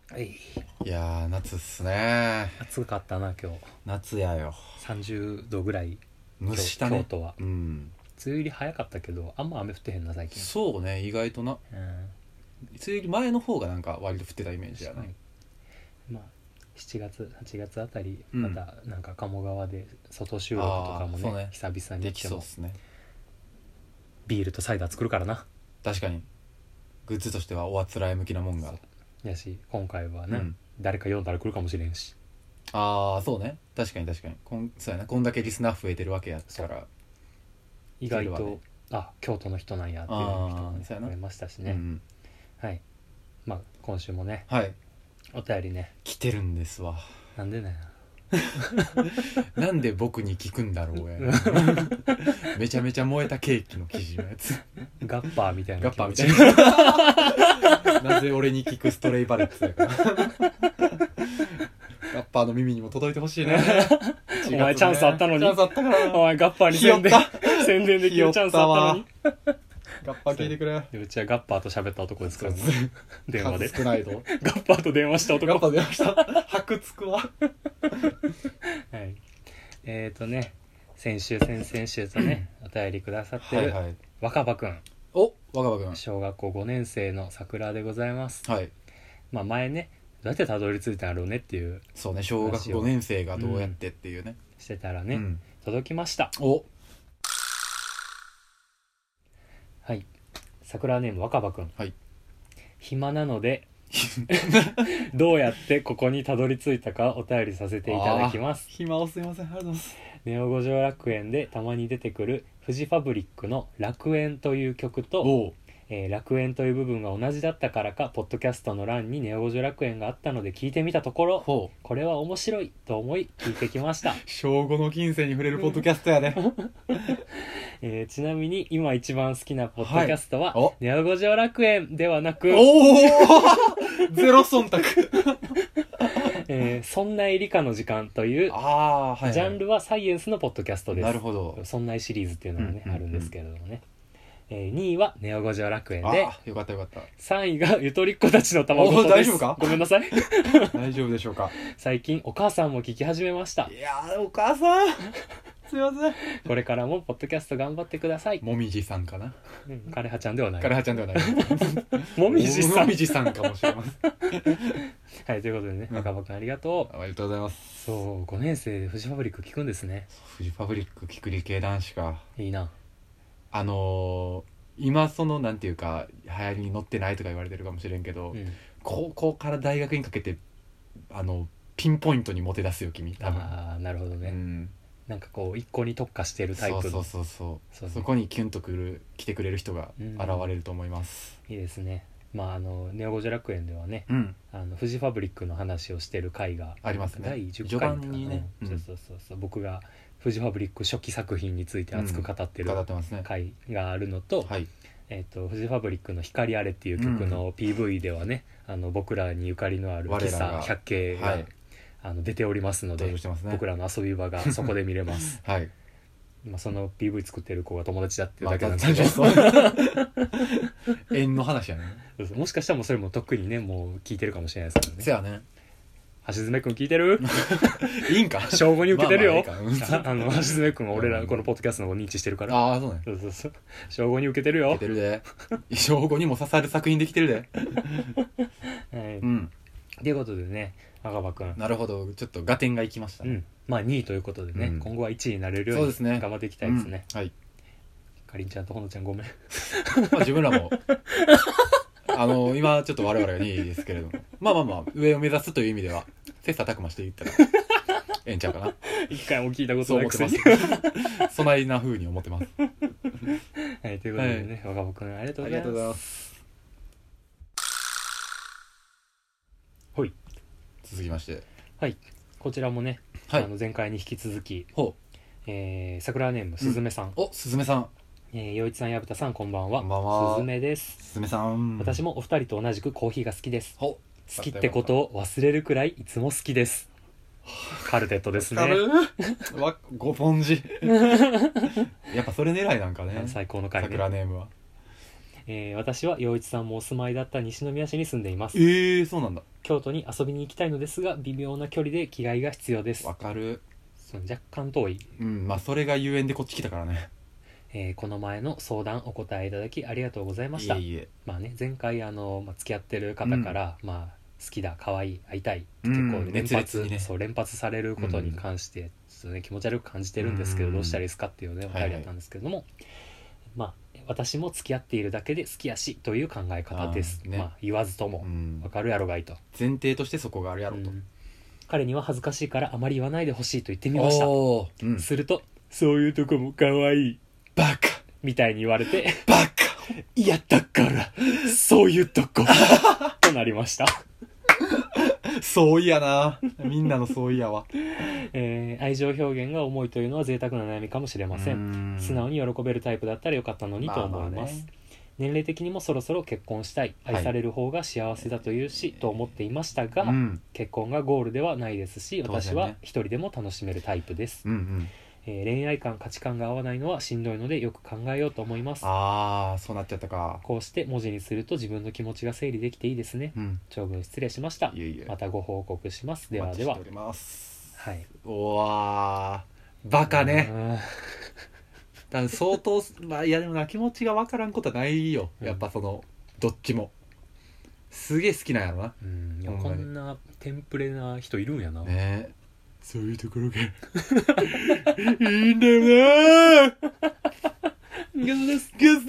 はい。 いやー夏っすね。 暑かったな今日。 夏やよ。 30度ぐらい。 蒸したね。 京都はうん。 梅雨入り早かったけどあんま雨降ってへんな最近。 そうね、意外とな。 うん。 梅雨入り前の方がなんか割と降ってたイメージやない。 まあ7月8月あたりうんまたなんか鴨川で外収録とかもそうねね、久々にで行ってもきそうっすね。 ビールとサイダー作るからな。 確かにグッズとしてはおあつらえ向きなもんが。 やし今回はね、 うん。 誰か読んだら来るかもしれんし。 そうね、確かにそうやな、こんだけリスナー増えてるわけやったら。 意外と、 来るわね京都の人なんやっていう人もねそうやな増えましたしね、 うん。 はい。まあ今週もねはい、 お便りね。 来てるんですわ。 なんでね。 なんで僕に聞くんだろうやめちゃめちゃ燃えたケーキの生地のやつガッパーみたいなガッパーみた気持ちいななぜ俺に聞くストレイバレッツだからガッパーの耳にも届いてほしいねお前チャンスあったのに。 チャンスあったからお前ガッパーに宣伝できるチャンスあったのに。 ガッパー聞いてくれ。 うちはガッパーと喋った男ですからね。電話で数少ないとガッパーと電話した男。 ガッパー出ました箔つくわ。 はい。先週先々週とねお便りくださってるはいはい。 若葉くん、 お、若葉くん。 小学校5年生の桜でございます。 はい。 まあ前ね、どうやってたどり着いたんやろうねっていうそうね、小学5年生がどうやってっていうね。 してたらね、 うん。 届きました。 お、 はい。桜ネーム若葉くん。 はい。 暇なのでどうやってここにたどり着いたかお便りさせていただきます。 暇をすいません、ありがとうございます。 ネオ五条楽園でたまに出てくるフジファブリックの楽園という曲と、 お、 楽園という部分が同じだったからかポッドキャストの欄にネオ五条楽園があったので聞いてみたところ、 ほう。 これは面白いと思い聞いてきました。 小5の金星に触れるポッドキャストやね。 ちなみに今一番好きなポッドキャストは、 はい、 ネオ五条楽園ではなく、 おおゼロ忖度そんない理科の時間というはいはい、 ジャンルはサイエンスのポッドキャストです。 なるほど。 そんないシリーズっていうのがね、 うんうんうんあるんですけれどもね、2位はネオ五条楽園で、 よかったよかった。 3位がゆとりっ子たちの卵とです。 大丈夫か、 ごめんなさい大丈夫でしょうか。 最近お母さんも聞き始めました。 いやー、お母さんすいません。 これからもポッドキャスト頑張ってください。 もみじさんかな。 カレハちゃんではない。 カレハちゃんではないもみじさん。 もみじさんかもしれません。 はい、ということでね、赤羽くんありがとう。 ありがとうございます。 そう、5年生でフジファブリック聞くんですね。 フジファブリック聞く理系男子か。 いいな。 今そのなんていうか流行りに乗ってないとか言われてるかもしれんけど、高校から大学にかけてピンポイントにモテ出すよ君多分。 なるほどね、なんかこう一個に特化してるタイプの。 そう、そこにキュンと来てくれる人が現れると思います。 いいですね。まあネオ五条楽園ではね、フジファブリックの話をしてる回がありますね。 第10回とかにね、そう僕がフジファブリック初期作品について熱く語ってる回があるのと、フジファブリックの光あれっていう曲の PV ではね、僕らにゆかりのある喫茶百景が出ておりますので、僕らの遊び場がそこで見れます。はい。その PV 作ってる子が友達だっていうだけなんですけど、 縁の話やね。 もしかしたらもうそれもとっくにねもう聞いてるかもしれないですからね。 そうやね。 橋爪くん聞いてる？ いいんか？ 小5に受けてるよ。橋爪くんは俺らこのポッドキャストの方認知してるから。 そうね。 そう小5に受けてるよ。 受けてるで。小5にも刺さる作品できてるで。 はい。ということでね、赤羽くん。 なるほど、ちょっと合点がいきましたね。 まあ2位ということでね、今後は1位になれるように頑張っていきたいですね。はい。かりんちゃんとほのちゃんごめん。 自分らも今ちょっと我々が2位ですけれども、まあ上を目指すという意味では切磋琢磨していったらええんちゃうかな。 一回も聞いたことないくせにそないな風に思ってます。 はい、ということでね、若葉くんありがとうございます。はい。 続きまして、 はい、こちらもね、前回に引き続き、桜ネームすずめさん。 すずめさん。 陽一さん、矢蓋さん、こんばんは。 こんばんは。 すずめです。 すずめさん。 私もお二人と同じくコーヒーが好きです。好きってことを忘れるくらいいつも好きです。カルテットですね。 ご存知。やっぱそれ狙いなんかね。 最高の回ね。 桜ネームは。 私は陽一さんもお住まいだった西宮市に住んでいます。 そうなんだ。 京都に遊びに行きたいのですが微妙な距離で着替えが必要です。 わかる。 若干遠い。 まあそれがゆえんでこっち来たからね。 この前の相談お答えいただきありがとうございました。 いえいえ。 まあね、前回付き合ってる方から、好きだ可愛い会いたいって結構連発、ね、連発されることに関して、ちょっとね気持ち悪く感じてるんですけど、どうしたらいいですかっていうねお便りだったんですけれども、私も付き合っているだけで好きやしという考え方です。言わずとも分かるやろがいと、 前提としてそこがあるやろと、 彼には恥ずかしいからあまり言わないでほしいと言ってみました。するとそういうとこも可愛いバカみたいに言われてバカいやだからそういうとことなりましたそういやな、みんなのそういやわ愛情表現が重いというのは贅沢な悩みかもしれません。素直に喜べるタイプだったらよかったのにと思います。年齢的にもそろそろ結婚したい、愛される方が幸せだというし、と思っていましたが、結婚がゴールではないですし、私は一人でも楽しめるタイプです。恋愛観価値観が合わないのはしんどいのでよく考えようと思います。 そうなっちゃったか。 こうして文字にすると自分の気持ちが整理できていいですね。長文失礼しました。またご報告します。ではでは。はい。 おわバカね。だから相当いやでもな、気持ちが分からんことはないよ。やっぱどっちもすげえ好きなんやろな。 いやこんなテンプレな人いるんやな。 ね、そういうところがいいんだよな。 ゲスですゲス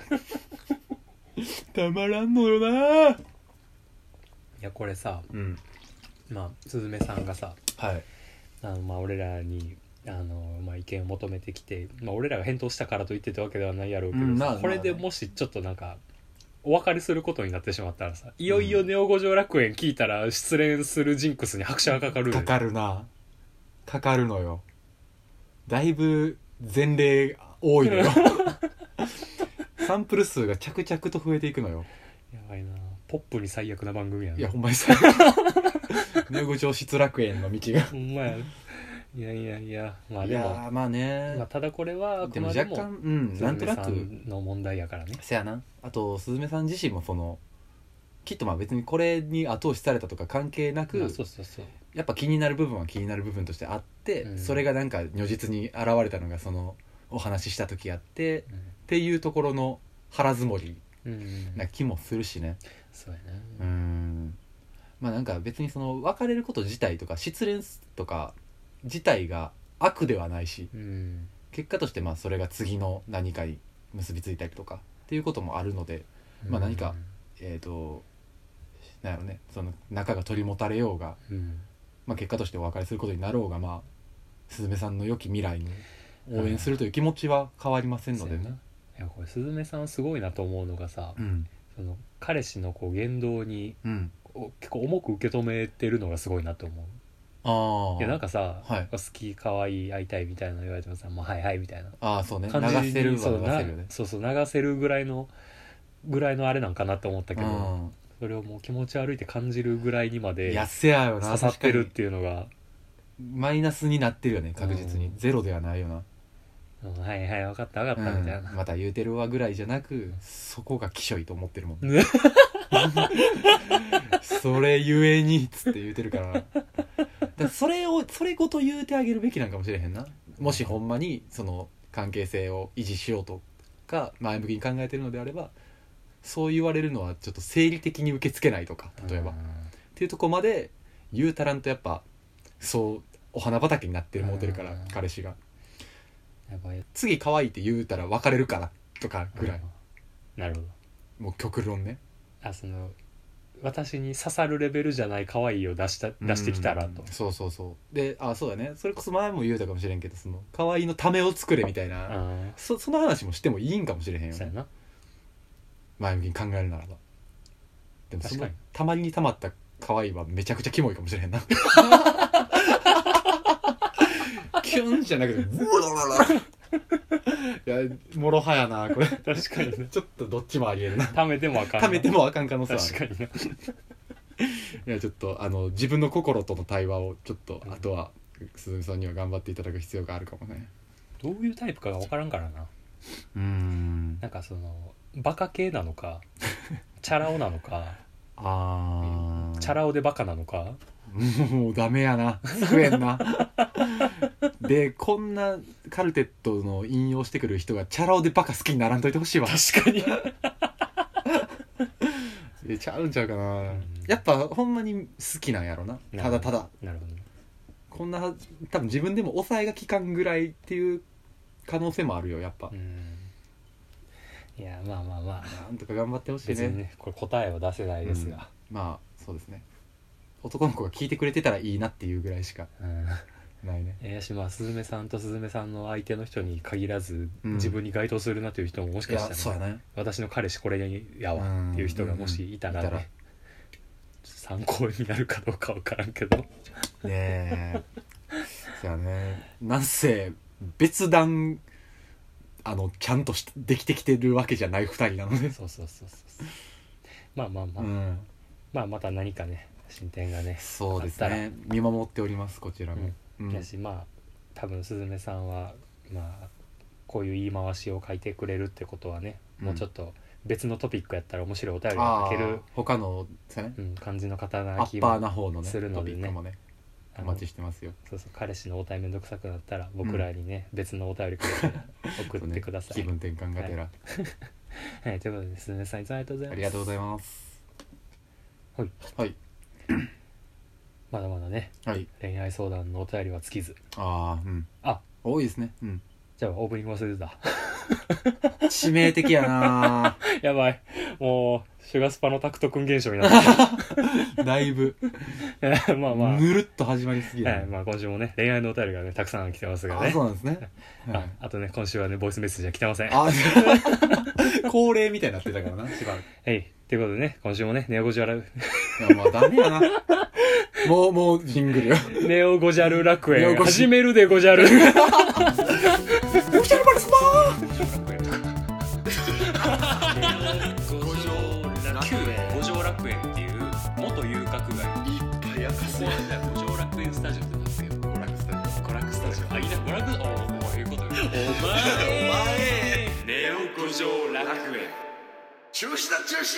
ですたまらんのよな。いやこれさ、すずめさんがさ、俺らに意見を求めてきて、俺らが返答したからと言ってたわけではないやろうけど、これでもしちょっとなんかお別れすることになってしまったらさ、いよいよネオ五条楽園聞いたら失恋するジンクスに拍車がかかる。 かかるな、かかるのよ。だいぶ前例多いのよサンプル数が着々と増えていくのよ。 やばいな、ポップに最悪な番組やな。 いやほんまにさネオ五条失楽園の道がほんまや。いやでもまあね、 ただこれはでも若干なんとなくの問題やからね。 せやな。あとすずめさん自身もきっと別にこれに後押しされたとか関係なく、やっぱ気になる部分は気になる部分としてあって、それがなんか如実に現れたのがお話しした時やって、っていうところの腹積もりな気もするしね。 そうやな。 なんか別に別れること自体とか失恋とか自体が悪ではないし、結果としてそれが次の何かに結びついたりとかっていうこともあるので、何かなんやろね、仲が取り持たれようが、結果としてお別れすることになろうが、すずめさんの良き未来に応援するという気持ちは変わりませんのでね。 いやこれすずめさんすごいなと思うのがさ、彼氏の言動に、結構重く受け止めてるのがすごいなと思う。いやなんかさ、好き可愛い会いたいみたいなの言われてもさ、もうはいはいみたいなそうね、 感じに流せるは流せるよね。 そう流せるぐらいのあれなんかなって思ったけど、それをもう気持ち悪いって感じるぐらいにまで刺さってるっていうのがマイナスになってるよね、確実に。ゼロではないよな。 はいはい分かったみたいな、 また言うてるわぐらいじゃなく、そこがきしょいと思ってるもんそれゆえにっつって言うてるからそれごと言うてあげるべきなんかもしれへんな。もしほんまに関係性を維持しようとか前向きに考えてるのであれば、そう言われるのはちょっと生理的に受け付けないとか、例えばっていうとこまで言うたらんと、やっぱお花畑になってる思ってるから、彼氏が次可愛いって言うたら別れるからとかぐらい。 なるほど。 もう極論ね。 私に刺さるレベルじゃない可愛いを出してきたらと。 そうで、そうだね、それこそ前も言うたかもしれんけど、可愛いのためを作れみたいな、その話もしてもいいんかもしれへんよ。 そうやな。 前向きに考えるならば。でもたまりにたまった可愛いはめちゃくちゃキモいかもしれへんなキュンじゃなくてブラララいやもろはやなこれ。 確かにね。 ちょっとどっちもありえるな。 ためてもあかん可能性は確かにねいやちょっと自分の心との対話をちょっと、あとはすずみさんには頑張っていただく必要があるかもね。 どういうタイプかが分からんからな。なんかバカ系なのかチャラ男なのかチャラ男でバカなのか、 もうダメやな、救えんなでこんなカルテットの引用してくる人がチャラ男でバカ好きにならんといてほしいわ。 確かにちゃうんちゃうかな、やっぱほんまに好きなんやろな、ただただ。 なるほど、 こんな多分自分でも抑えが効かんぐらいっていう可能性もあるよやっぱ。 いやまあまあまあなんとか頑張ってほしいね。 別にねこれ答えは出せないですが、 まあそうですね、男の子が聞いてくれてたらいいなっていうぐらいしかないね。 やしまあスズメさんとスズメさんの相手の人に限らず、自分に該当するなという人ももしかしたら、私の彼氏これやわっていう人がもしいたらね、参考になるかどうか分からんけどねえそうやね、なんせ別段ちゃんとできてきてるわけじゃない2人なのでそうまあまあまあ、まあまた何かね進展がねそうですね、見守っておりますこちらも。 やしまあ多分スズメさんはまあこういう言い回しを書いてくれるってことはね、もうちょっと別のトピックやったら面白いお便りが書ける他の、 感じの方な気もするのでね、 お待ちしてますよ。 そう彼氏の応対めんどくさくなったら僕らにね、別のお便りくれて送ってください、 気分転換がてらはい、ということでスズメさんいつもありがとうございます。 ありがとうございます。 はいまだまだね、恋愛相談のお便りは尽きず。 多いですね。 じゃあオープニング忘れてた致命的やなやばい、もうシュガスパのタクト君現象になってだいぶまあまあぬるっと始まりすぎる、 まあ今週もね恋愛のお便りがねたくさん来てますがね。 そうなんですね、 あとね今週はねボイスメッセージは来てません。 恒例みたいになってたからなしばらく。 ということでね今週もねネオゴジャルもうダメやなもうジングルよネオゴジャル楽園始めるでゴジャルゴジャルバルスマー五条楽園っていう元遊郭街いっぱい明かす五条楽園スタジオってなんですよ。娯楽スタジオいいな娯楽もういうことお前ネオ五条楽園中止だ中止。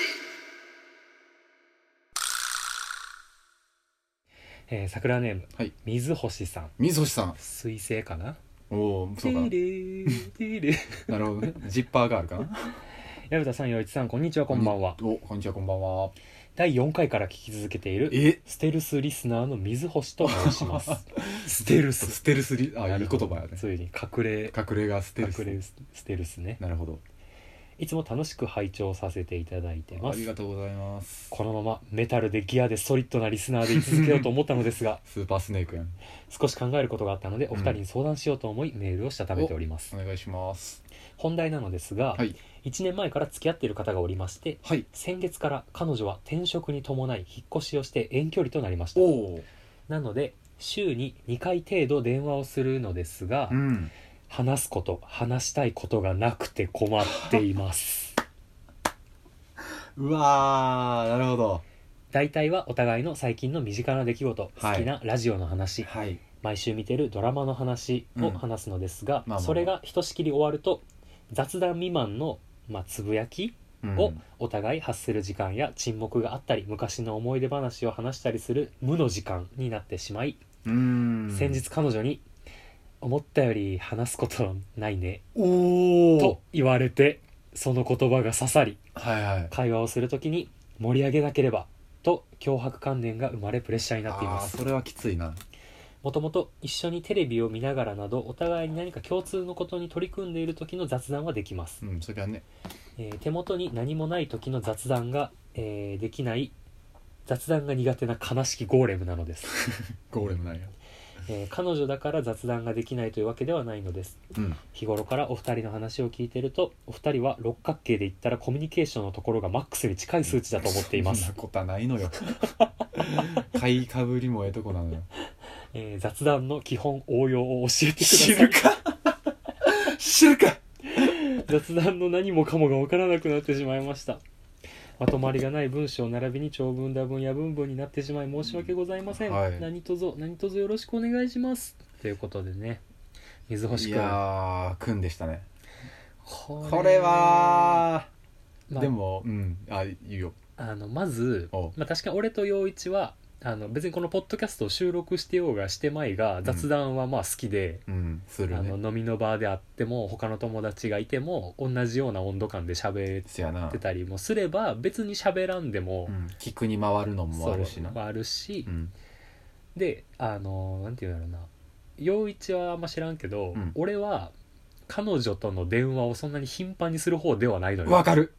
桜ネーム、水星さん。水星かな。 そうかななるほどね、ジッパーがあるかな。 矢蓋さん、陽一さん、こんにちは、こんばんは。 こんにちは、こんばんは。 第4回から聞き続けているステルスリスナーの水星と申しますステルスいい言葉やね。 そういうふうに隠れがステルスね。 なるほど。 いつも楽しく拝聴させていただいてます。 ありがとうございます。 このままメタルでギアでソリッドなリスナーで居続けようと思ったのですがスーパースネークやん。 少し考えることがあったのでお二人に相談しようと思い、メールをしたためております。 お願いします。 本題なのですが、1年前から付き合っている方がおりまして、先月から彼女は転職に伴い引っ越しをして遠距離となりました。なので週に2回程度電話をするのですが、話したいことがなくて困っていますうわー、なるほど。 大体はお互いの最近の身近な出来事、好きなラジオの話、毎週見てるドラマの話を話すのですが、それがひとしきり終わると雑談未満の、つぶやきをお互い発する時間や沈黙があったり、昔の思い出話を話したりする無の時間になってしまい、先日彼女に思ったより話すことないねと言われて、その言葉が刺さり、会話をするときに盛り上げなければと脅迫観念が生まれプレッシャーになっています。 それはきついな。 もともと一緒にテレビを見ながらなどお互いに何か共通のことに取り組んでいる時の雑談はできます。 それはね、 手元に何もない時の雑談が、できない、雑談が苦手な悲しきゴーレムなのですゴーレムなんや。 彼女だから雑談ができないというわけではないのです、日頃からお二人の話を聞いていると、お二人は六角形で言ったらコミュニケーションのところがマックスに近い数値だと思っています。 そんなことはないのよ買いかぶりもええとこなのよ。 雑談の基本応用を教えてください。 知るか雑談の何もかもが分からなくなってしまいました。まとまりがない文章並びに長文多文や文文になってしまい申し訳ございません、何卒よろしくお願いしますということでね、水星くん、 いやーくんでしたね。これはでも言うよ。 まず、確かに俺と陽一は別にこのポッドキャストを収録してようがしてまいが、雑談はまあ好きで、 するね、 飲みの場であっても他の友達がいても同じような温度感で喋ってたりもすれば、別に喋らんでも、 聞くに回るのもあるしな。 あるし、でなんていうんだろうな、陽一はあんま知らんけど、俺は彼女との電話をそんなに頻繁にする方ではないのよ。 わかる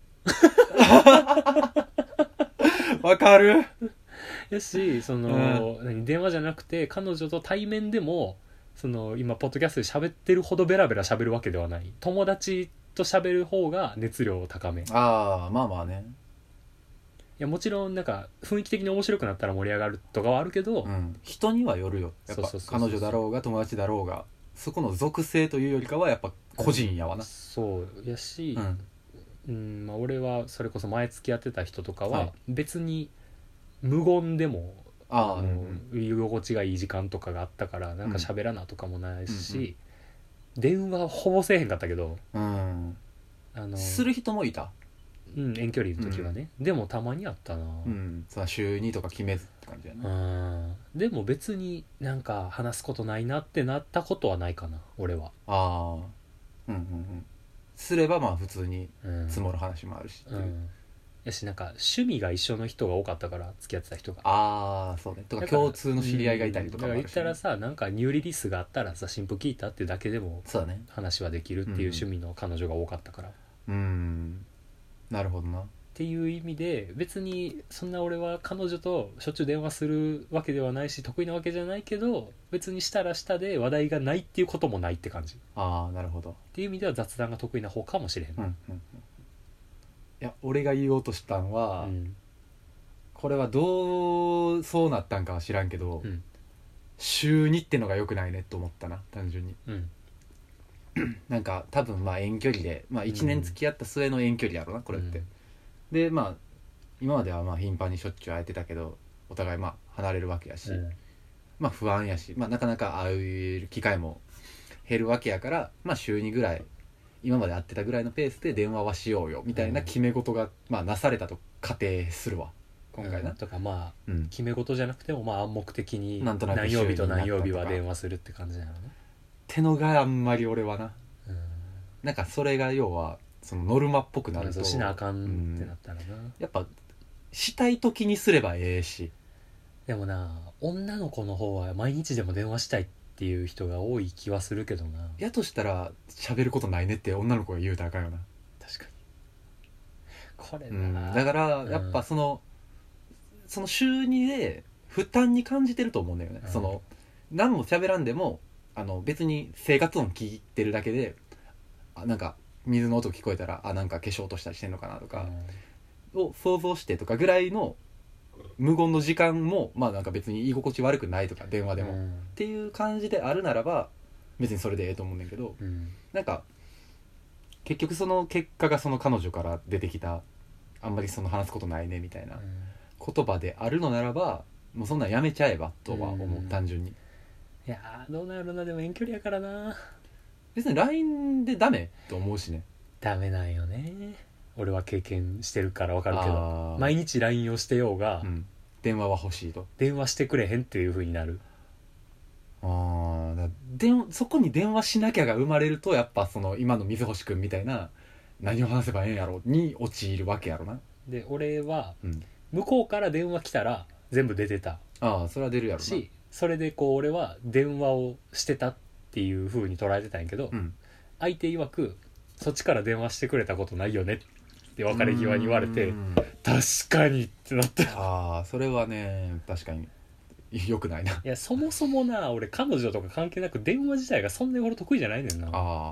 わかるやし、電話じゃなくて彼女と対面でも今ポッドキャストで喋ってるほどベラベラ喋るわけではない。友達と喋る方が熱量高め。 まあね。 いやもちろんなんか雰囲気的に面白くなったら盛り上がるとかはあるけど、 人にはよるよ。やっぱ彼女だろうが友達だろうが、そこの属性というよりかはやっぱ個人やわな。 そうやし、俺はそれこそ前付き合ってた人とかは別に無言でも居心地がいい時間とかがあったからなんか喋らなとかもないし、電話ほぼせえへんかったけど、 する人もいた。 遠距離の時はね、でもたまにあったな。 その週2とか決めずって感じだね。 でも別になんか話すことないなってなったことはないかな俺は。 すればまあ普通に積もる話もあるし、 やしなんか趣味が一緒の人が多かったから、付き合ってた人がそうね、とか共通の知り合いがいたりとかもあるし、 言ったらさ、なんかニューリリースがあったらさ、新譜聞いたっていうだけでも話はできるっていう趣味の彼女が多かったから、 なるほどな。 っていう意味で別にそんな俺は彼女としょっちゅう電話するわけではないし得意なわけじゃないけど、別にしたらしたで話題がないっていうこともないって感じ。 なるほど。 っていう意味では雑談が得意な方かもしれへん。 いや俺が言おうとしたんは、これはどうそうなったんかは知らんけど、週2ってのが良くないねと思ったな、単純に。なんか多分まあ遠距離で、1年付き合った末の遠距離やろなこれって、で今までは頻繁にしょっちゅう会えてたけど、お互い離れるわけやし、不安やし、なかなか会える機会も減るわけやから、週2ぐらい今まで会ってたぐらいのペースで電話はしようよみたいな決め事がなされたと仮定するわ今回な。 とか決め事じゃなくても暗黙的に何何曜日と何曜日は電話するって感じなのね。 ってのがあんまり俺はな、なんかそれが要はそのノルマっぽくなるとしなあかんってなったらな、 やっぱしたい時にすればええし。 でもな、女の子の方は毎日でも電話したいっていう人が多い気はするけどな。 やとしたら喋ることないねって女の子が言うたらあかんよな。 確かにこれな、 だからやっぱその週2で負担に感じてると思うんだよね、その何も喋らんでも別に生活音聞いてるだけでなんか水の音聞こえたらなんか化粧落としたりしてんのかなとかを想像してとかぐらいの無言の時間もなんか別に居心地悪くないとか電話でも、っていう感じであるならば別にそれでええと思うんだけど、なんか結局その結果がその彼女から出てきたあんまりその話すことないねみたいな言葉であるのならば、もうそんなんやめちゃえばとは思う、単純に。 いやどうなるな。でも遠距離やからな。 別に LINE でダメと思うしね。 ダメなんよね。俺は経験してるから分かるけど、毎日 LINE をしてようが、 電話は欲しいと。 電話してくれへんっていう風になる。 そこに電話しなきゃが生まれると、やっぱその今の水星くんみたいな何を話せばええんやろに陥るわけやろな。 で俺は、向こうから電話来たら全部出てた。 それは出るやろなし、それで俺は電話をしてたっていう風に捉えてたんやけど、相手曰くそっちから電話してくれたことないよねって別れ際に言われて、確かにってなった。 それはね確かに良くないな。いやそもそもな、俺彼女とか関係なく電話自体がそんなに俺得意じゃないねんな。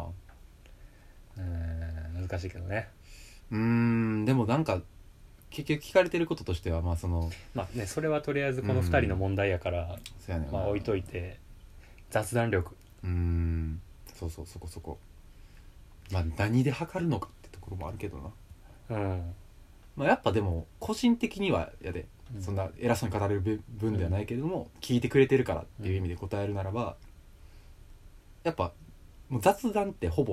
難しいけどね。 でもなんか結局聞かれてることとしてはそれはとりあえずこの2人の問題やから、置いといて、雑談力そこ何で測るのかってところもあるけどな。やっぱでも個人的にはやで、そんな偉そうに語れる分ではないけれども、聞いてくれてるからっていう意味で答えるならば、やっぱもう雑談ってほぼ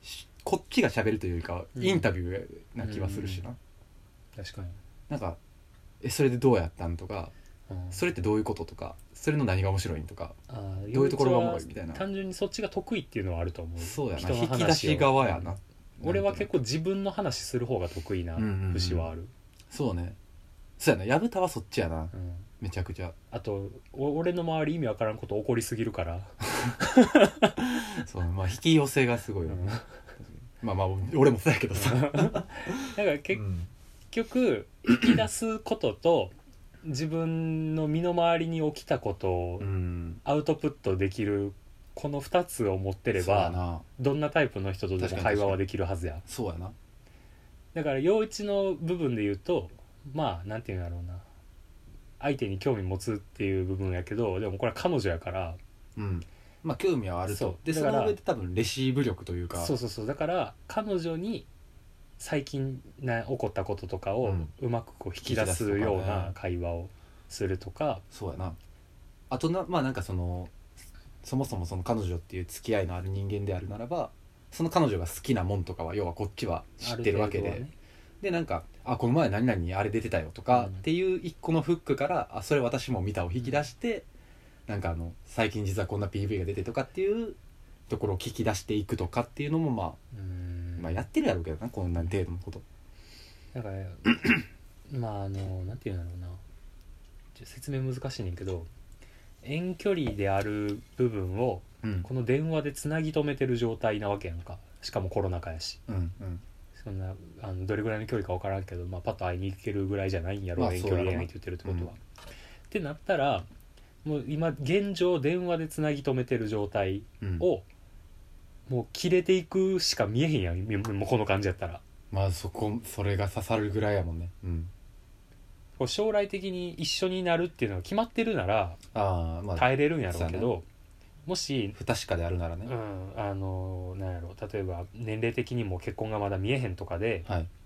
こっちが喋るというか、インタビューな気はするしな、 確かになんかそれでどうやったんとか、それってどういうこととか、それの何が面白いんとか、どういうところがおもろいみたいな。 単純にそっちが得意っていうのはあると思う。 そうやな、引き出し側やな。 俺は結構自分の話する方が得意な節はある、 そうね、そうやな、矢蓋はそっちやな、めちゃくちゃ。 あと俺の周り意味わからんこと起こりすぎるからそう、まあ引き寄せがすごいよね、まあまあ俺もそうやけどさだから結局引き出すことと自分の身の回りに起きたことをアウトプットできるこの2つを持ってればどんなタイプの人とでも会話はできるはずや。 そうやな。 だから陽一の部分で言うと、まあなんていうんだろうな、相手に興味持つっていう部分やけど、でもこれは彼女やから、 まあ興味はあると。でその上で多分レシーブ力というか、 そうだから彼女に最近起こったこととかをうまくこう引き出すような会話をするとか、 そうやな。あとまあなんかそもそもその彼女っていう付き合いのある人間であるならば、その彼女が好きなもんとかは要はこっちは知ってるわけで、ね、でなんかこの前何々あれ出てたよとかっていう一個のフックからそれ私も見たを引き出して、なんか最近実はこんな PV が出てとかっていうところを聞き出していくとかっていうのもまあやってるやろうけどな、こんな程度のこと。 だからまあなんていうんだろうな、説明難しいねんけど、遠距離である部分をこの電話でつなぎ止めてる状態なわけやんか。しかもコロナ禍やし、そんなどれぐらいの距離か分からんけど、パッと会いに行けるぐらいじゃないんやろ、遠距離恋愛って言ってるってことは、ってなったらもう今現状電話でつなぎ止めてる状態を、もう切れていくしか見えへんやん、もうこの感じやったら。 まあそれが刺さるぐらいやもんね。 将来的に一緒になるっていうのが決まってるなら耐えれるんやろうけど、もし不確かであるならね、 なんやろ、例えば年齢的にも結婚がまだ見えへんとかで、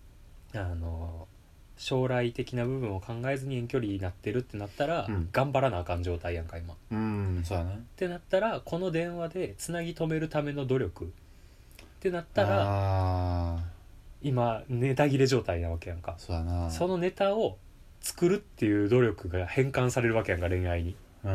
将来的な部分を考えずに遠距離になってるってなったら、頑張らなあかん状態やんか今。 そうやな。 ってなったらこの電話でつなぎ止めるための努力ってなったら今ネタ切れ状態なわけやんか。 そうやな。 そのネタを作るっていう努力が変換されるわけやんか、恋愛に。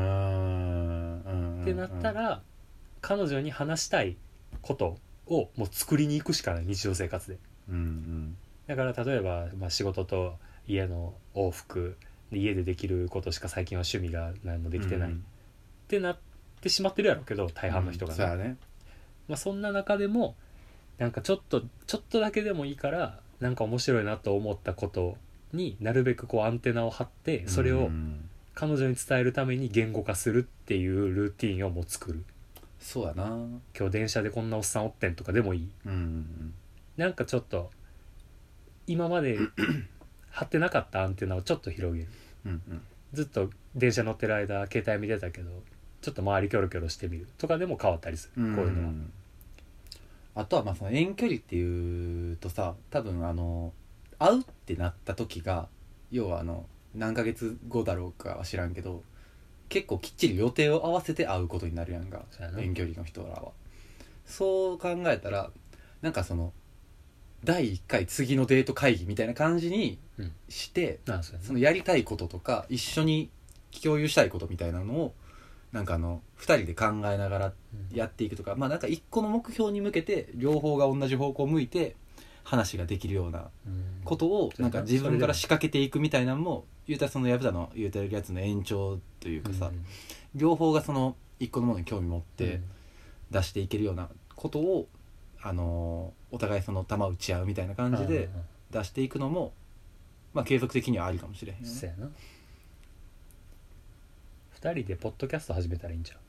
ってなったら彼女に話したいことをもう作りに行くしかない、日常生活で。だから例えば、仕事と家の往復で家でできることしか最近は趣味が何もできてない、ってなってしまってるやろうけど大半の人がそうやね。 そんな中でもなんかちょっとだけでもいいからなんか面白いなと思ったことになるべくこうアンテナを張ってそれを彼女に伝えるために言語化するっていうルーティンをもう作る。 そうやな。 今日電車でこんなおっさんおってんとかでもいい、なんかちょっと今まで張ってなかったアンテナをちょっと広げる、ずっと電車乗ってる間携帯見てたけどちょっと周りキョロキョロしてみるとかでも変わったりする、こういうのは。 あとはその遠距離っていうとさ、多分会うってなった時が要は何ヶ月後だろうかは知らんけど結構きっちり予定を合わせて会うことになるやんか、遠距離の人らは。そう考えたらなんか第1回次のデート会議みたいな感じにして、そのやりたいこととか一緒に共有したいことみたいなのをなんか2人で考えながらやっていくとか、なんか1個の目標に向けて両方が同じ方向を向いて話ができるようなことをなんか自分から仕掛けていくみたいなのも言うたらその矢蓋の言うてるやつの延長というかさ、両方がその1個のものに興味持って出していけるようなことをお互いその球打ち合うみたいな感じで出していくのも継続的にはありかもしれへんよね。 そうやな。2人でポッドキャスト始めたらいいんちゃう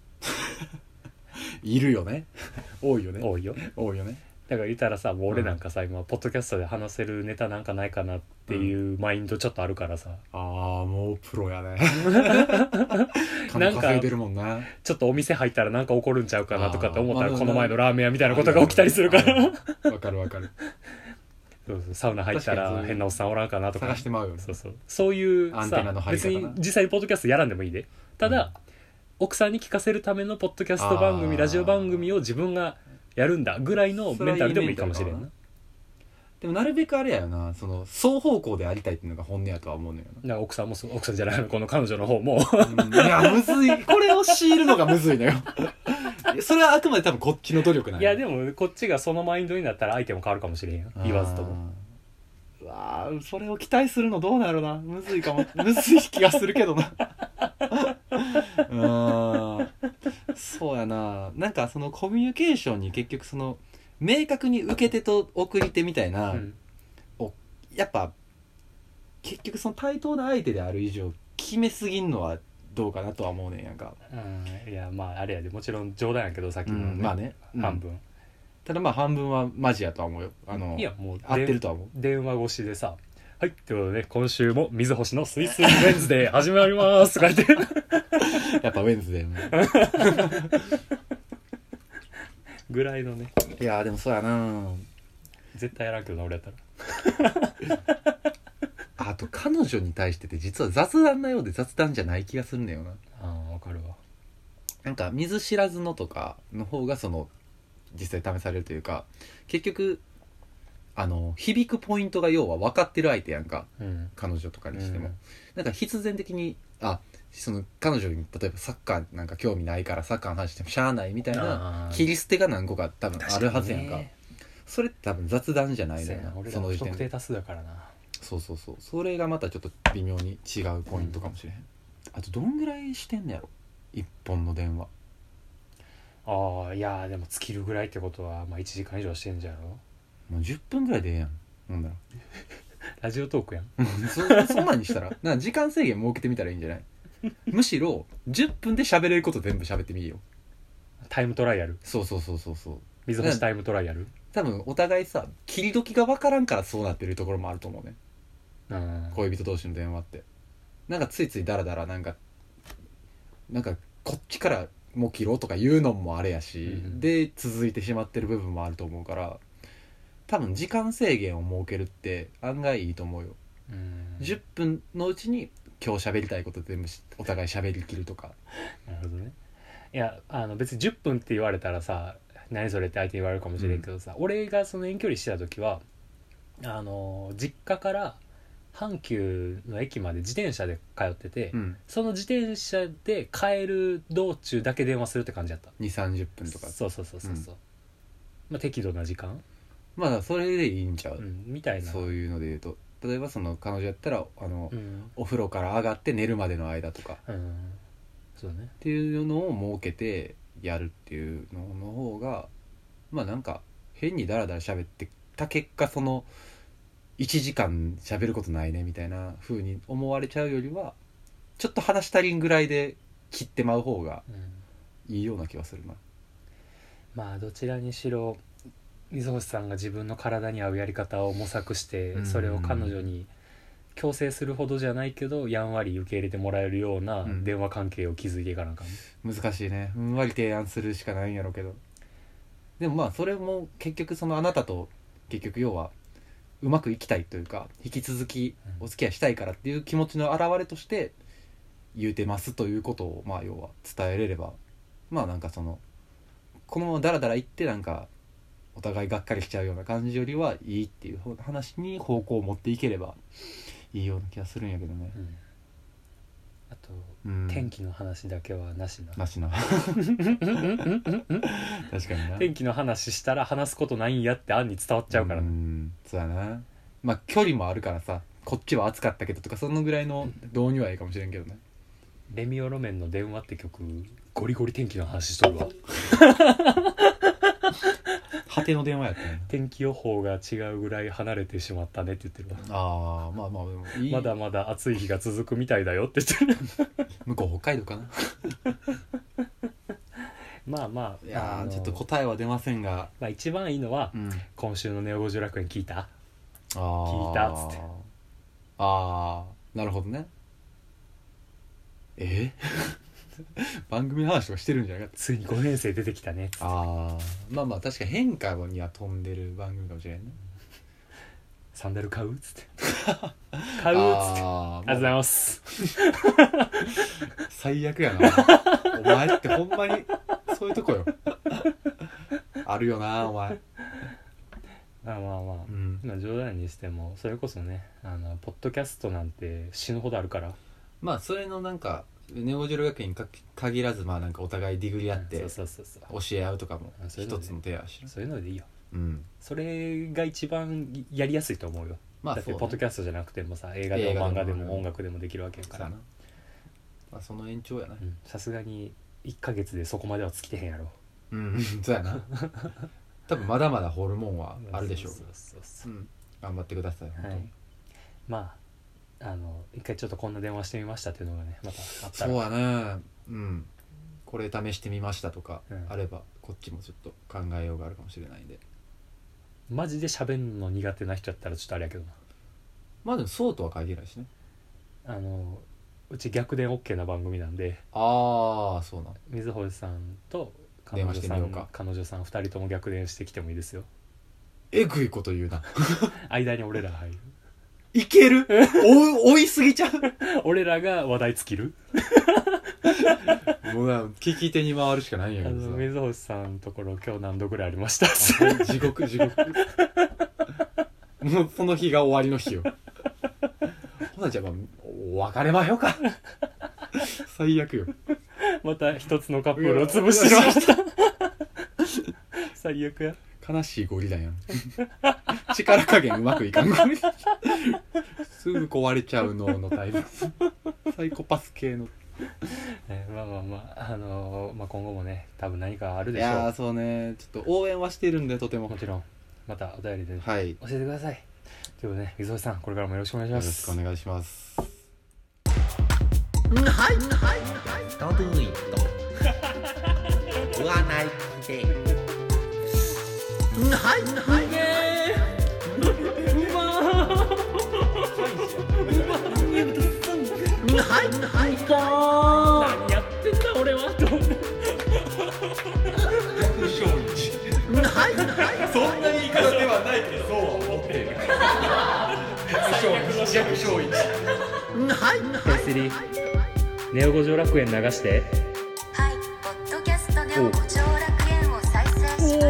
いるよね多いよね。 多いよね。 だから言ったらさ、もう俺なんかさ、今ポッドキャストで話せるネタなんかないかなっていうマインドちょっとあるからさ、 もうプロやね金稼いでるもんな。 ちょっとお店入ったらなんか起こるんちゃうかなとかって思ったらこの前のラーメン屋みたいなことが起きたりするからわかるそうサウナ入ったら変なおっさんおらんかなとか探してまうよね。 そういうアンテナの張り方な。 別に実際にポッドキャストやらんでもいいで、ただ、奥さんに聞かせるためのポッドキャスト番組、ラジオ番組を自分がやるんだぐらいのメンタルでもいいかもしれんな。 でもなるべくあれやよな、その双方向でありたいっていうのが本音やとは思うのよな。 だから奥さんも奥さんじゃないこの彼女の方もいやむずい、これを強いるのがむずいのよそれはあくまで多分こっちの努力なんいやでもこっちがそのマインドになったら相手も変わるかもしれんよ、言わずとも。 うわー、それを期待するのどうなるな、むずいかもむずい気がするけどなそうやな。なんかそのコミュニケーションに結局その明確に受け手と送り手みたいな、やっぱ結局その対等な相手である以上決めすぎんのはどうかなとは思うねんやんか。 いやまああれやで、もちろん冗談やけどさっきの、 まあね、 半分、 ただまあ半分はマジやとは思うよ。 いやもう合ってるとは思う。 電話越しでさ、はいということで、今週も水星のスイスイウェンズデー始まりますとか言ってやっぱウェンズデーぐらいのね。 いやでもそうやな、 絶対やらんけどな俺やったらあと彼女に対してて実は雑談なようで雑談じゃない気がするんだよな。 わかるわ。 なんか見ず知らずのとかの方がその実際試されるというか、結局響くポイントが要は分かってる相手やんか、彼女とかにしても、なんか必然的にその彼女に例えばサッカーなんか興味ないからサッカーの話してもしゃあないみたいな切り捨てが何個か多分あるはずやんか。それって多分雑談じゃないのよな、 俺ら不特定多数だからな。 そうそれがまたちょっと微妙に違うポイントかもしれへん。あとどんぐらいしてんのやろ一本の電話。 いやでも尽きるぐらいってことはまあ1時間以上してんじゃろ。 もう10分ぐらいでええやん、なんだろラジオトークやんそんなんにしたらなんか時間制限設けてみたらいいんじゃないむしろ10分で喋れること全部喋ってみよ。 タイムトライアル。 そう水星タイムトライアル。 多分お互いさ切り時が分からんからそうなってるところもあると思うね。恋人同士の電話ってなんかついついダラダラなんかこっちからもう切ろうとか言うのもあれやし、で続いてしまってる部分もあると思うから、多分時間制限を設けるって案外いいと思うよ。10分のうちに今日喋りたいこと全部お互い喋りきるとか。 なるほどね。いや別に10分って言われたらさ何それって相手に言われるかもしれんけどさ、俺がその遠距離してた時は実家から阪急の駅まで自転車で通ってて、その自転車で帰る道中だけ電話するって感じだった。 2,30 分とか。 そう、まあ適度な時間、 まあそれでいいんちゃう、 みたいな。 そういうので言うと、例えばその彼女やったらお風呂から上がって寝るまでの間とか、 そうねっていうのを設けてやるっていうのの方が、まあなんか変にダラダラ喋ってた結果その1時間喋ることないねみたいな風に思われちゃうよりは、ちょっと話したりんぐらいで切ってまう方がいいような気はするな。 まあどちらにしろ水星さんが自分の体に合うやり方を模索して、それを彼女に強制するほどじゃないけどやんわり受け入れてもらえるような電話関係を築いていかなあかん、 難しいね。ふんわり提案するしかないんやろうけど、でもまあそれも結局そのあなたと結局要はうまくいきたいというか引き続きお付き合いしたいからっていう気持ちの表れとして言うてますということをまあ要は伝えれれば、まあなんかそのこのままダラダラ言ってなんかお互いがっかりしちゃうような感じよりはいいっていう話に方向を持っていければいいような気がするんやけどね、 あと、天気の話だけはなしな確かにな。 天気の話したら話すことないんやって案に伝わっちゃうからね。そうやな。まあ距離もあるからさ、こっちは暑かったけどとかそのぐらいの導入はいいかもしれんけどね。 レミオロメンの電話って曲ゴリゴリ天気の話しとるわ果ての電話やったね。 天気予報が違うぐらい離れてしまったねって言ってるわ。 まあでもいい。 まだまだ暑い日が続くみたいだよって言ってる向こう北海道かなまあまあ、 いやちょっと答えは出ませんが、 まあ、一番いいのは、今週のネオ五条楽園聞いたっつってなるほどね。番組の話とかしてるんじゃなかった。 ついに5年生出てきたねっつって。 まあ確かに変化には飛んでる番組かもしれんね。 サンダル買うっつって買うっつってありがとうございます最悪やなお前ってほんまにそういうとこよああるよなお前。 まあまあまあ、 うん、 まあ冗談にしてもそれこそねポッドキャストなんて死ぬほどあるから、 まあそれのなんかネオジョル学園に限らず、まあなんかお互いディグリ合ってそうそうそうそう教え合うとかもそういうので一つの手やし、 そういうのでいいよ。 うん、 それが一番やりやすいと思うよ。 まあだってそうねポッドキャストじゃなくてもさ映画でも漫画でも音楽でもできるわけやから、 そうやな、まあ、その延長やな。 さすがに1ヶ月でそこまでは尽きてへんやろ。 うんそうやな多分まだまだホルモンはあるでしょう。 そうそうそう、 うん、頑張ってください本当に、 はい、まあ一回ちょっとこんな電話してみましたっていうのがねまたあったら。 そうやね、うん、これ試してみましたとかうんあれば、こっちもちょっと考えようがあるかもしれないんで。 マジで喋んの苦手な人やったらちょっとあれやけどな。 まあでもそうとは書いてないしね。 うち逆電 OK な番組なんで、 ああそうなん。 水堀さんと彼電女さ話してみようんか。 彼女さん2人とも逆電してきてもいいですよ。 えぐいこと言うな間に俺ら入るいける追いすぎちゃう俺らが話題尽きる。 もうな聞き手に回るしかないんやけどさ。 水星さんのところ今日何度ぐらいありました地獄もうその日が終わりの日よほなじゃあまあお別れましょうか最悪よ。 また一つのカップルを潰してしました最悪や。 悲しいゴリラやん力加減うまくいかんゴリラすぐ壊れちゃう脳のタイプサイコパス系のまあまあまあまあ今後もね多分何かあるでしょう。 いやーそうね、ちょっと応援はしてるんでとても。 もちろんまたお便りで、ね、 はい、 教えてくださいということでね、水星さんこれからもよろしくお願いします。 よろしくお願いします。 はいはいドゥイット占いではいはいはいはい何やってんだ俺はと思ってはいはいそんな言い方ではないけどそうは思っている逆勝一はいはいペイスリネオ五条楽園流してはい、ポッドキャストネオ五条楽園を再生します。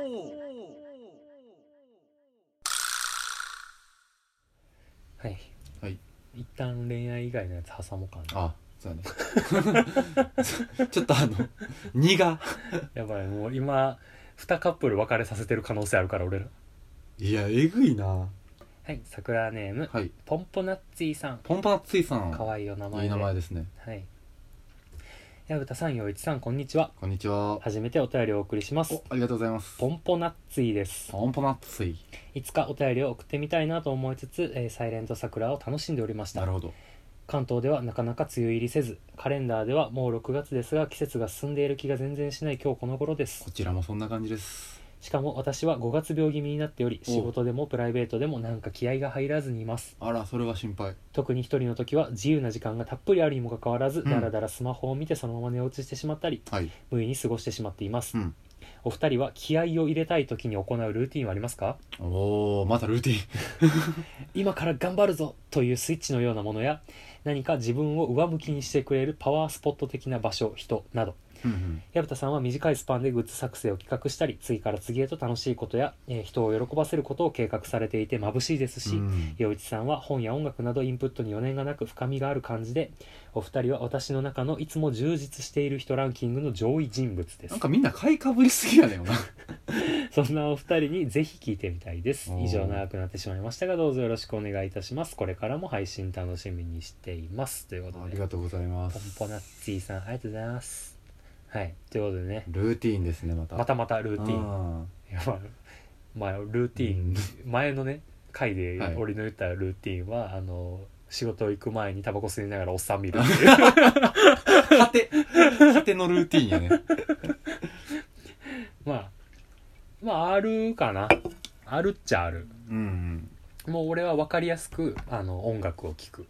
はい、 はい、 一旦恋愛以外のやつ挟もうかな。 あ、そうやねちょっと2がやばいもう今2カップル別れさせてる可能性あるから俺ら。 いやえぐいな。 はい、桜ネーム、 はい、 ポンポナッツィさん。 ポンポナッツィさん、 かわいいお名前でいい名前ですね。 はい。矢蓋さん、陽一さん、こんにちは。 こんにちは。 初めてお便りをお送りします。 ありがとうございます。 ポンポナッツィです。 ポンポナッツィ。 いつかお便りを送ってみたいなと思いつつ、サイレント桜を楽しんでおりました。 なるほど。 関東ではなかなか梅雨入りせず、カレンダーではもう6月ですが季節が進んでいる気が全然しない今日この頃です。 こちらもそんな感じです。 しかも私は5月病気味になっており、 お仕事でもプライベートでもなんか気合が入らずにいます。 あら、それは心配。 特に一人の時は自由な時間がたっぷりあるにもかかわらず、だらだらスマホを見てそのまま寝落ちしてしまったり、 はい、 無意に過ごしてしまっています、 うん、 お二人は気合を入れたい時に行うルーティンはありますか？ おー、またルーティン今から頑張るぞというスイッチのようなものや、何か自分を上向きにしてくれるパワースポット的な場所、人など。矢蓋さんは短いスパンでグッズ作成を企画したり、次から次へと楽しいことや、人を喜ばせることを計画されていて眩しいですし、陽一さんは本や音楽などインプットに余念がなく深みがある感じで、お二人は私の中のいつも充実している人ランキングの上位人物です。 なんかみんな買いかぶりすぎやねんなそんなお二人にぜひ聞いてみたいです。以上長くなってしまいましたが、どうぞよろしくお願いいたします。これからも配信楽しみにしていますということで、 ありがとうございまポンす。 ポナッツィさんありがとうございます。はい、ということでね、 ルーティーンですね。またまたルーティン、いやまあルーティン、前のね回で俺の言ったルーティンは、仕事行く前にタバコ吸いながらおっさん見るっていう果てのルーティンやねまああるかな、あるっちゃある。もう俺は分かりやすく音楽を聴く。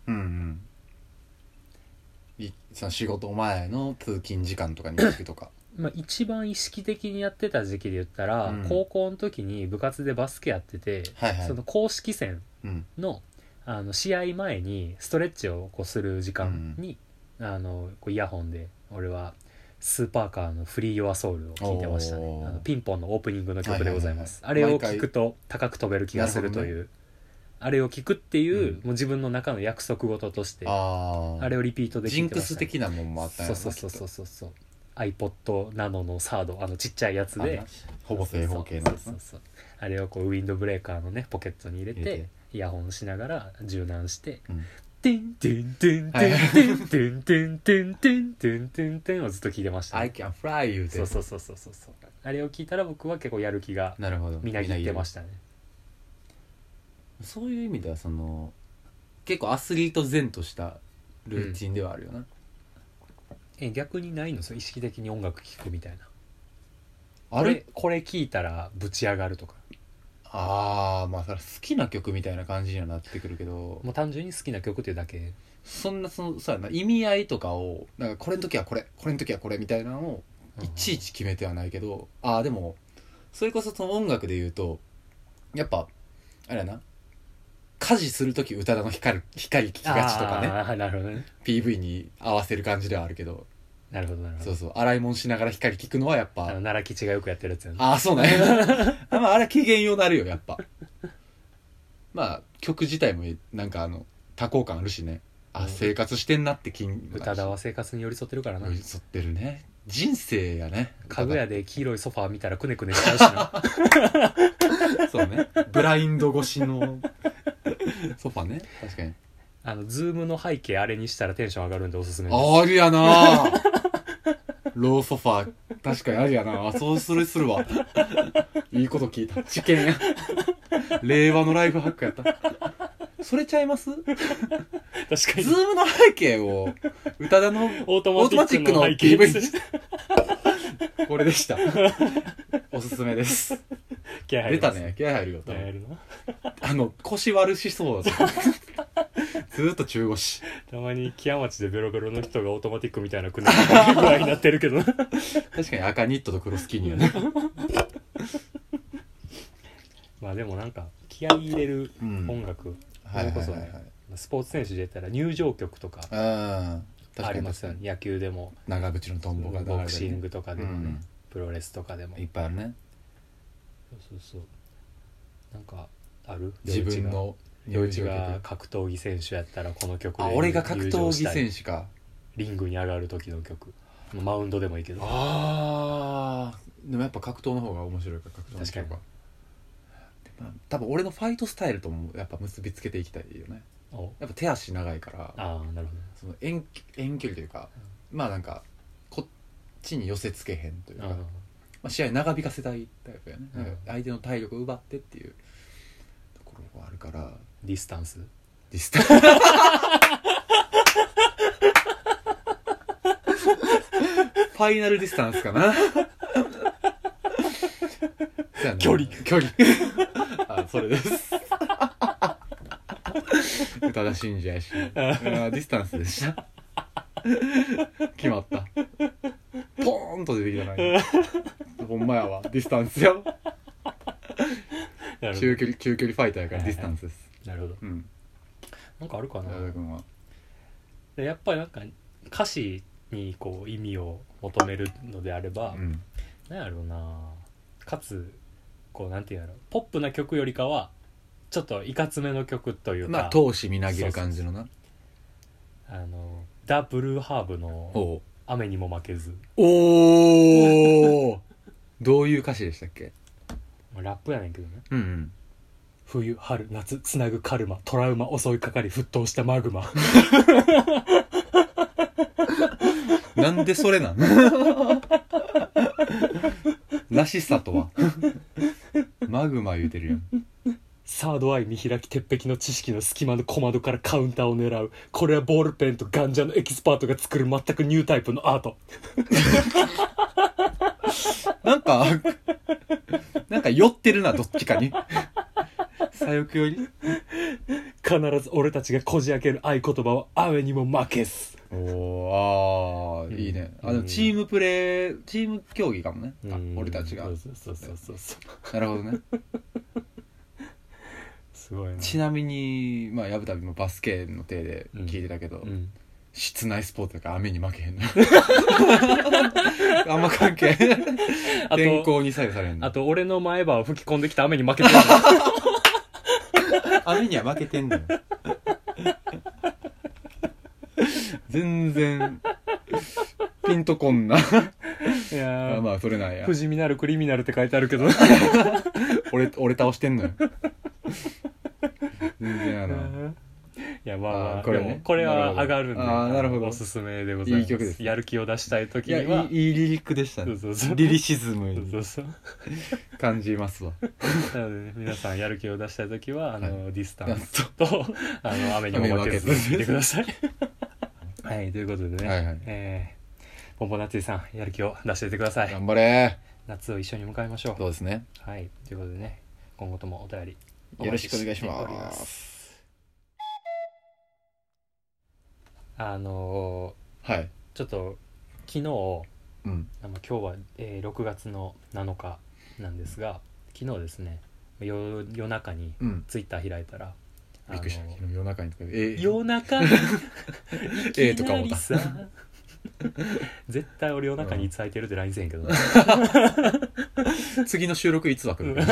その仕事前の通勤時間とかに聞くとかまあ一番意識的にやってた時期で言ったら、高校の時に部活でバスケやってて、その公式戦の、試合前にストレッチをこうする時間に、こうイヤホンで俺はスーパーカーのフリー・ヨア・ソウルを聴いてましたね。ピンポンのオープニングの曲でございます、 はいはいはい、 あれを聴くと高く飛べる気がするという、ね、あれを聴くっていう、もう自分の中の約束事としてあれをリピートできてました、ね、 ジンクス的なもんもあったんやな。 そう iPod ナノのサードちっちゃいやつでほぼ正方形のそうあれをこうウィンドブレーカーのねポケットに入れてイヤホンしながら柔軟して、テンテンテンテンテンテンテンテンテンテンテンテンをずっと聞いてました、 I can fly 言うて。 そうあれを聞いたら僕は結構やる気がみなぎってましたね。 そういう意味ではその結構アスリート前としたルーチンではあるよな、 逆にないの？意識的に音楽聴くみたいなあれこれ聴いたらぶち上がるとか。 まあそれ好きな曲みたいな感じにはなってくるけど、 もう単純に好きな曲っていうだけ。 そうやな、意味合いとかをなんかこれの時はこれの時はこれみたいなのをいちいち決めてはないけど、でもそれこそその音楽で言うとやっぱあれやな、家事する時宇多田の光聞きがちとかね。 なるほどね。 PV に合わせる感じではあるけど。 なるほど。 そう洗い物しながら光聞くのはやっぱ奈良吉がよくやってるやつやね。 そうなんやまああれは機嫌ようなるよやっぱまあ曲自体もなんか多幸感あるしね。生活してんなって宇多田は生活に寄り添ってるからな。 寄り添ってるね。人生やね。 家具屋で黄色いソファー見たらくねくねしちゃうしなそうね、ブラインド越しのソファね。確かにズームの背景あれにしたらテンション上がるんでおすすめです。 ありやなローソファー確かにありやな。そうするわ。いいこと聞いた。知見や令和のライフハックやった。それちゃいます？確かにズームの背景を宇多田のオートマチックの PV にこれでしたおすすめです。 気合入ります。 出たね。気合入るよ。 気合入るの腰悪しそうだずーっと中腰。 たまに木屋町でベロベロの人がオートマティックみたいなくねぐらいになってるけど確かに赤ニットと黒スキニーやねまあでもなんか気合い入れる音楽、それこそね、スポーツ選手で言ったら入場曲とかありますよね。野球でも長渕のトンボが流れてる、 ボクシングとかでもね、プロレスとかでもいっぱいあるね。 そうなんかある？ 自分の陽一が格闘技選手やったらこの曲で俺が格闘技選手か。 リングに上がる時の曲、マウンドでもいいけど。 でもやっぱ格闘の方が面白いから格闘の方が。確かに。多分俺のファイトスタイルともやっぱ結びつけていきたいよね。やっぱ手足長いから。 なるほど。 その遠距離というか、まあなんかこっちに寄せつけへんというか、試合長引かせたいタイプやね。相手の体力を奪ってっていうところがあるから。 ディスタンスファイナルディスタンスかな距離それです宇多田信者やしディスタンスでした決まったポーンと出てきたなほんまやわディスタンスやわ中距離ファイターやからディスタンスです。 なるほど、なんかあるかな。 でやっぱりなんか歌詞にこう意味を求めるのであれば、なんやろうな、かつこうなんていうんやろ、ポップな曲よりかはちょっといかつめの曲というか、 闘志みなぎる感じのな。 ザ・ブルーハーブの雨にも負けず。 どういう歌詞でしたっけ？ ラップやねんけどね。冬春夏つなぐカルマトラウマ襲いかかり沸騰したマグマなんでそれなんらしさとはマグマ言うてるやん。 サードアイ見開き鉄壁の知識の隙間の小窓からカウンターを狙う。これはボールペンとガンジャのエキスパートが作る全くニュータイプのアートなんか寄ってるな、どっちかに左翼より。必ず俺たちがこじ開ける合言葉は雨にも負けず。 いいね。チームプレー、チーム競技かもね。俺たちが。 そう。 なるほどね。 すごいな。 ちなみに、まあ、やぶたびもバスケの手で聞いてたけど、 室内スポーツだから雨に負けへんのあんま関係天候に左右されへんの。 あと俺の前歯を吹き込んできた雨に負けてる雨には負けてんのよ全然ピンとこんないやまあそれなんや不死身なるクリミナルって書いてあるけど俺倒してんのよ全然やな。 いやまあまあこれねでもこれは上がるんでなるほどおすすめでございます。 いい曲ですやる気を出したい時いやにはいいリリックでしたね。 そうそうそうリリシズムにそうそう感じますわ。 なのでね皆さんやる気を出したい時はディスタンススと雨にも負けずに見てくださいはいということでね、 はいはい、 ポンポン夏井さんやる気を出していってください。 頑張れ。 夏を一緒に迎えましょう。 そうですね。 はいということでね今後ともお便りよろしくお願いしお待ちておりま。 ますはいちょっと昨日うん今日は、6月の7日なんですが昨日ですね夜中にうんツイッター開いたら、 びっくりした。昨日夜中にとか夜中にいきなりさ絶対俺夜中にいつ空いてるって LINE せんけど、 次の収録いつは来る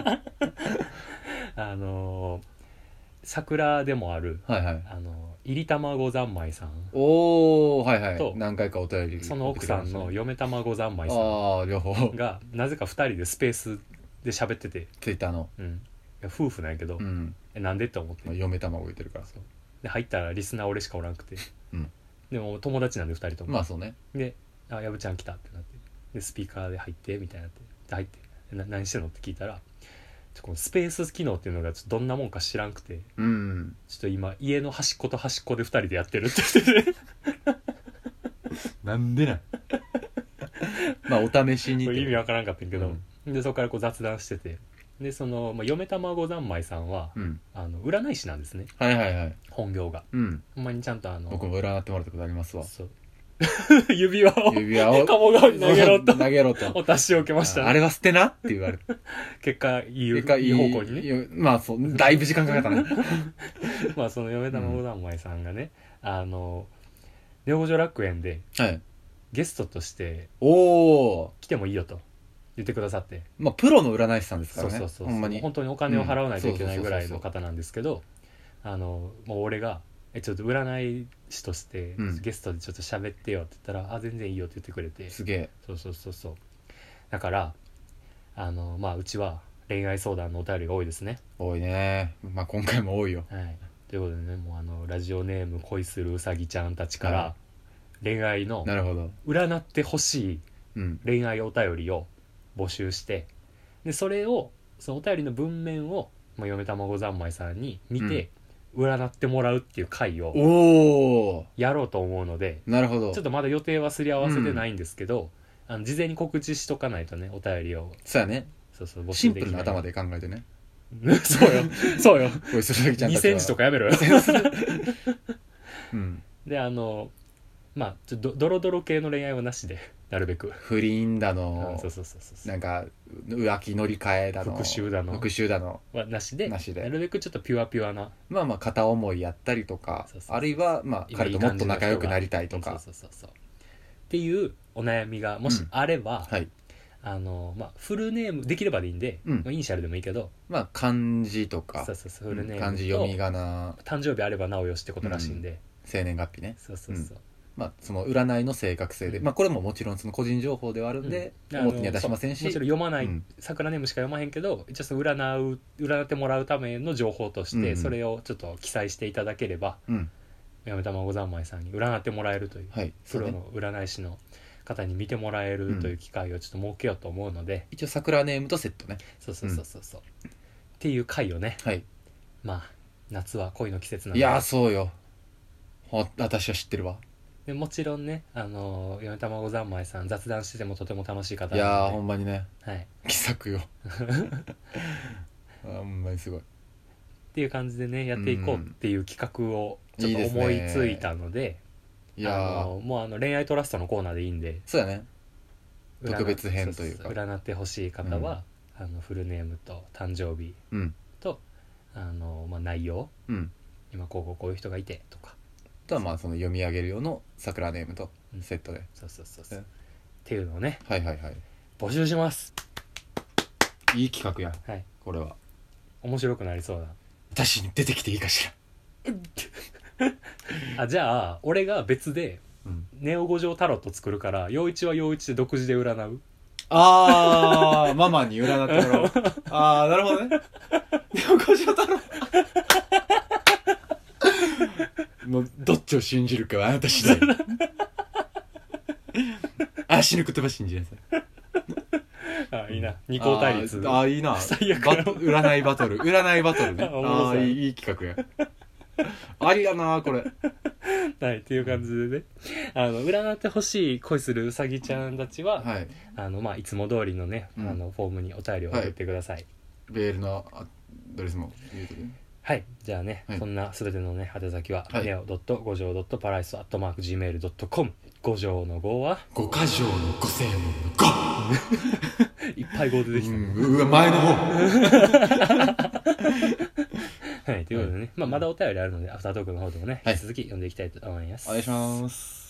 桜でもあるはいはい入り卵三昧さんおーはいはいと何回かお便りその奥さんの嫁卵三昧さああ両方んがなぜか2人でスペースで喋ってて、 ツイッターのうん、いや夫婦なんやけど、 うんなんでって思ってまあ嫁卵言ってるからで入ったらリスナー俺しかおらんくて、 うんでも友達なんで2人とも、 まあそうねで「あやぶちゃん来た」ってなってでスピーカーで入ってみたいになってで入って何してんのって聞いたらこのスペース機能っていうのがちょっとどんなもんか知らんくてうんちょっと今家の端っこと端っこで2人でやってるって言っててなんでなんまあお試しにこれ意味わからんかったんやけど、でそこからこう雑談しててでその、嫁卵三昧さんは、 うん占い師なんですねはいはいはい本業がうんほんまにちゃんと僕も占ってもらったことありますわそう指輪を指輪を鴨川に投げろと投げろとお達しを受けましたね、 あれは捨てなって言われて結果いい結果いい方向にねまあそうだいぶ時間かかったねまあその嫁卵三昧さんがね、ネオ五条楽園ではいゲストとしておお来てもいいよと言ってくださってまあプロの占い師さんですかそうらねそうそうほんまに本当にお金を払わないといけないうんぐらいの方なんですけどもう俺がちょっと占い師としてうんゲストでちょっと喋ってよって言ったら、あ全然いいよって言ってくれてすげえそうだからまあうちは恋愛相談のお便りが多いですね。 多いねまあ今回も多いよはいということでねもうラジオネーム恋するうさぎちゃんたちから、 は恋愛のなるほど占ってほしいうん恋愛お便りを募集してでそれをそのお便りの文面を、嫁卵三昧さんに見て、占ってもらうっていう回をおおやろうと思うのでなるほどちょっとまだ予定はすり合わせてないんですけど、事前に告知しとかないとねお便りをそうやねそう募シン集できないプルな頭で考えてねそうよこいつらぎちゃん 2 たちはセンチとかやめろようんでまあちょっとドロドロ系の恋愛はなしでなるべく不倫だのそうなんか浮気乗り換えだの復讐だのはなしでなしでなるべくちょっとピュアピュアなまあまあ片思いやったりとかそうあるいはまあ彼ともっと仲良くなりたいとかそうっていうお悩みがもしあれば、 はいフルネームできればでいいんで、 うんイニシャルでもいいけどまあ漢字とかそうフルネームと漢字読み仮名誕生日あればなおよしってことらしいんで、 生年月日ねそう、 まあその占いの正確性でまあこれももちろんその個人情報ではあるんで表には出しませんしもちろん読まない、 うん桜ネームしか読まへんけど一応その占ってもらうための情報としてうんそれをちょっと記載していただければ、 うん嫁卵三昧さんに占ってもらえるという、 はいプロの占い師の方に見てもらえるという機会をちょっと設けようと思うので、 一応桜ネームとセットねそうっていう回をねはいまあ夏は恋の季節なんいでやーそうよ私は知ってるわでもちろんね嫁卵三昧さん雑談しててもとても楽しい方いやーなのほんまにねで、はい、っ気さくよほんまにすごいていう感じでねやっていこうっていう企画をちょっと思いついたので、 いやーもう恋愛トラストのコーナーでいいんでそうやね特別編というか占ってほしい方は、フルネームと誕生日うんと内容うん今こういう人がいてとかとはまあその読み上げる用の桜ネームとセットで、 そうそうそうそう、っていうのをねはいはいはい、 募集します。 いい企画や、 はい、 これは面白くなりそうだ。 私に出てきていいかしらあ、じゃあ俺が別でネオ五条タロット作るから陽一は陽一で独自で占う。 あーママに占ってもらおうあーなるほどねネオ五条太郎もうどっちを信じるかはあなた次第足の言葉信じなさい。 あ、いいな、二項対立。 あ、いいな。 最悪占いバトルねああ、いい企画やありやなこれはい、っていう感じでね、占ってほしい恋するうさぎちゃんたちは、 はい、 まあいつも通りのね、 うん、 フォームにお便りを送ってください。 ベールのアドレスも言うとね。 はい、じゃあね、 はい、 そんなすべてのね宛先は、 はい、 neo.5条.paradise@gmail.com。 5条の5は 5か条の5千円の5 いっぱい5出てきた、ね、 うわ前の方はい、ということでね、まあ、まだお便りあるのでアフタートークの方でもね、引き続き読んでいきたいと思います。 お願いします。